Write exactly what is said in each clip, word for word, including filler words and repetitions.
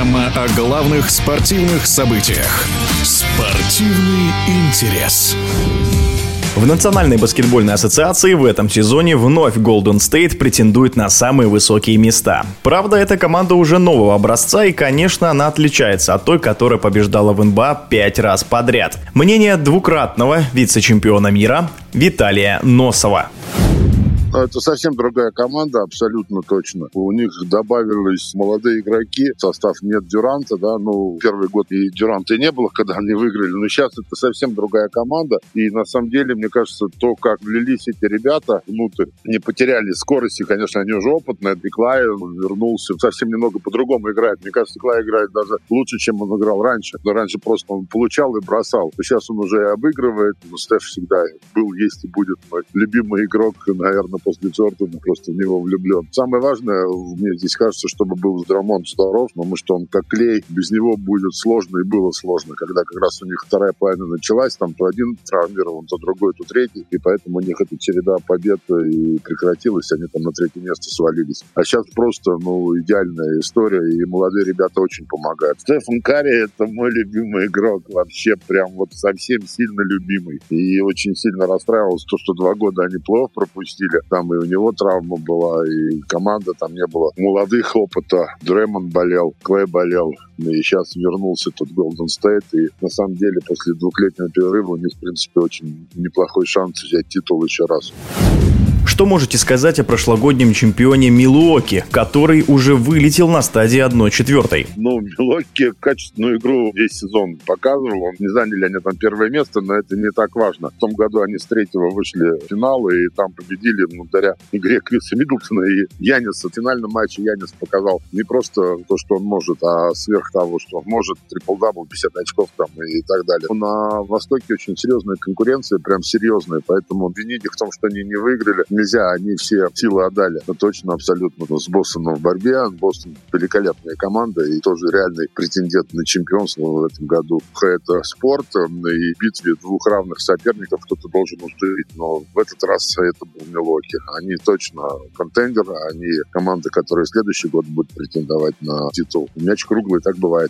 Программа о главных спортивных событиях. Спортивный интерес. В Национальной баскетбольной ассоциации в этом сезоне вновь Golden State претендует на самые высокие места. Правда, эта команда уже нового образца, и, конечно, она отличается от той, которая побеждала в эн бэ а пять раз подряд. Мнение двукратного вице-чемпиона мира Виталия Носова. Это совсем другая команда, абсолютно точно. У них добавились молодые игроки, в состав нет Дюранта, да, ну, первый год и Дюранта не было, когда они выиграли, но сейчас это совсем другая команда, и на самом деле, мне кажется, то, как влились эти ребята внутрь, не потеряли скорости, конечно, они уже опытные, и Клай вернулся, совсем немного по-другому играет. Мне кажется, Клай играет даже лучше, чем он играл раньше. Но раньше просто он получал и бросал. Сейчас он уже и обыгрывает, но Стеф всегда был, есть и будет мой любимый игрок, наверное, после Джордана, просто в него влюблен. Самое важное, мне здесь кажется, чтобы был Драмонд здоров, потому что он как клей, без него будет сложно, и было сложно. Когда как раз у них вторая половина началась, там то один травмирован, то другой, то третий, и поэтому у них эта череда побед и прекратилась, они там на третье место свалились. А сейчас просто, ну, идеальная история, и молодые ребята очень помогают. Стефан Карри — это мой любимый игрок, вообще прям вот совсем сильно любимый. И очень сильно расстраивался, то, что два года они плохо пропустили. Там и у него травма была, и команда там не было молодых опыта. Дреймонд болел, Клей болел. И сейчас вернулся тут Golden State. И на самом деле после двухлетнего перерыва у них, в принципе, очень неплохой шанс взять титул еще раз. Что можете сказать о прошлогоднем чемпионе Милуоки, который уже вылетел на стадии одна четвертая? Ну, Милуоки качественную игру весь сезон показывал. Не заняли они там первое место, но это не так важно. В том году они с третьего вышли в финал, и там победили благодаря игре Криса Миддлтона и Яниса. В финальном матче Янис показал не просто то, что он может, а сверх того, что он может. Трипл-дабл, пятьдесят очков там и так далее. На Востоке очень серьезная конкуренция, прям серьезная, поэтому обвинить их в том, что они не выиграли, нельзя, они все силы отдали. Но точно, абсолютно. С Бостоном в борьбе. Бостон великолепная команда и тоже реальный претендент на чемпионство в этом году. Это спорт, и в битве двух равных соперников кто-то должен уступить. Но в этот раз это был Милуоки. Они точно контендеры, они команда, которая в следующий год будет претендовать на титул. Мяч круглый, так бывает.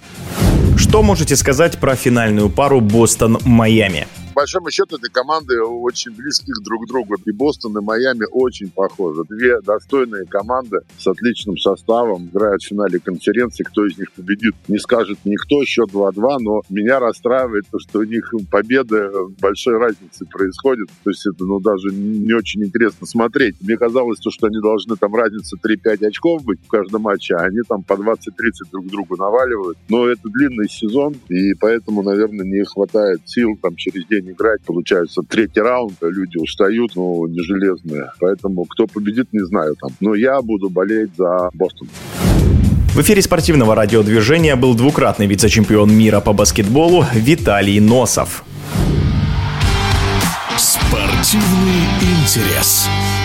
Что можете сказать про финальную пару Бостон-Майами? По большому счету, эти команды очень близких друг к другу. И Бостон, и Майами очень похожи. Две достойные команды с отличным составом играют в финале конференции. Кто из них победит, не скажет никто. Счет два-два, но меня расстраивает то, что у них победы большой разницы происходит. То есть это, ну, даже не очень интересно смотреть. Мне казалось, то, что они должны там разница три-пять очков быть в каждом матче, а они там по двадцать-тридцать друг другу наваливают. Но это длинный сезон, и поэтому, наверное, не хватает сил там через день играть. Получается третий раунд, люди устают, но не железные. Поэтому кто победит, не знаю там. Но я буду болеть за Бостон. В эфире спортивного радиодвижения был двукратный вице-чемпион мира по баскетболу Виталий Носов. Спортивный интерес.